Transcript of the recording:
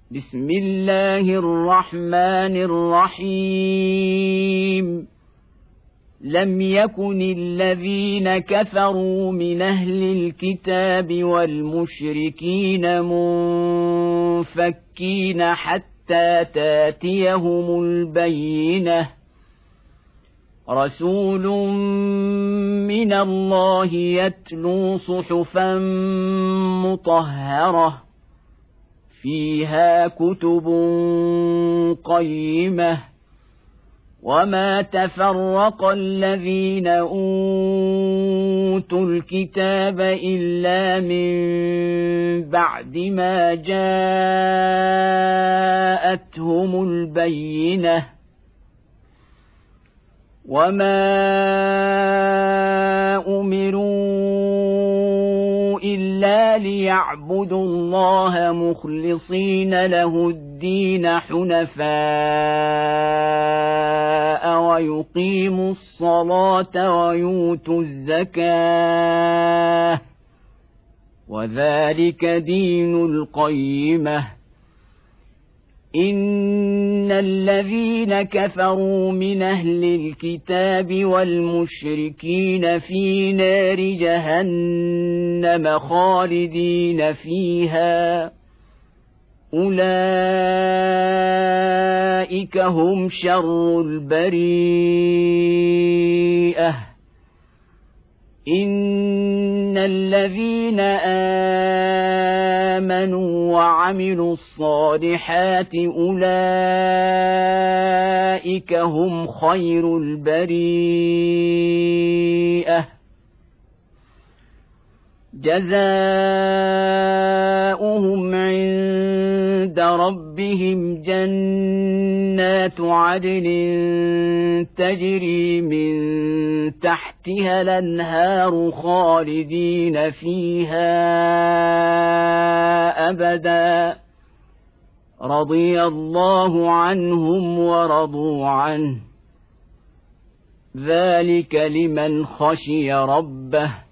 بسم الله الرحمن الرحيم لم يكن الذين كفروا من أهل الكتاب والمشركين منفكين حتى تاتيهم البينة رسول من الله يتلو صحفا مطهرة فيها كتب قيمة وما تفرق الذين أوتوا الكتاب إلا من بعد ما جاءتهم البينة وما أمروا إلا ليعبدوا الله مخلصين له الدين حنفاء ويقيموا الصلاة ويؤتوا الزكاة وذلك دين القيمة إن الذين كفروا من أهل الكتاب والمشركين في نار جهنم خالدين فيها أولئك هم شر البريئة إن الذين آمنوا وعملوا الصالحات أولئك هم خير البريئة جزاؤهم عند ربهم جنات عدن تجري من تحتها الأنهار خالدين فيها أبدا رضي الله عنهم ورضوا عنه ذلك لمن خشي ربه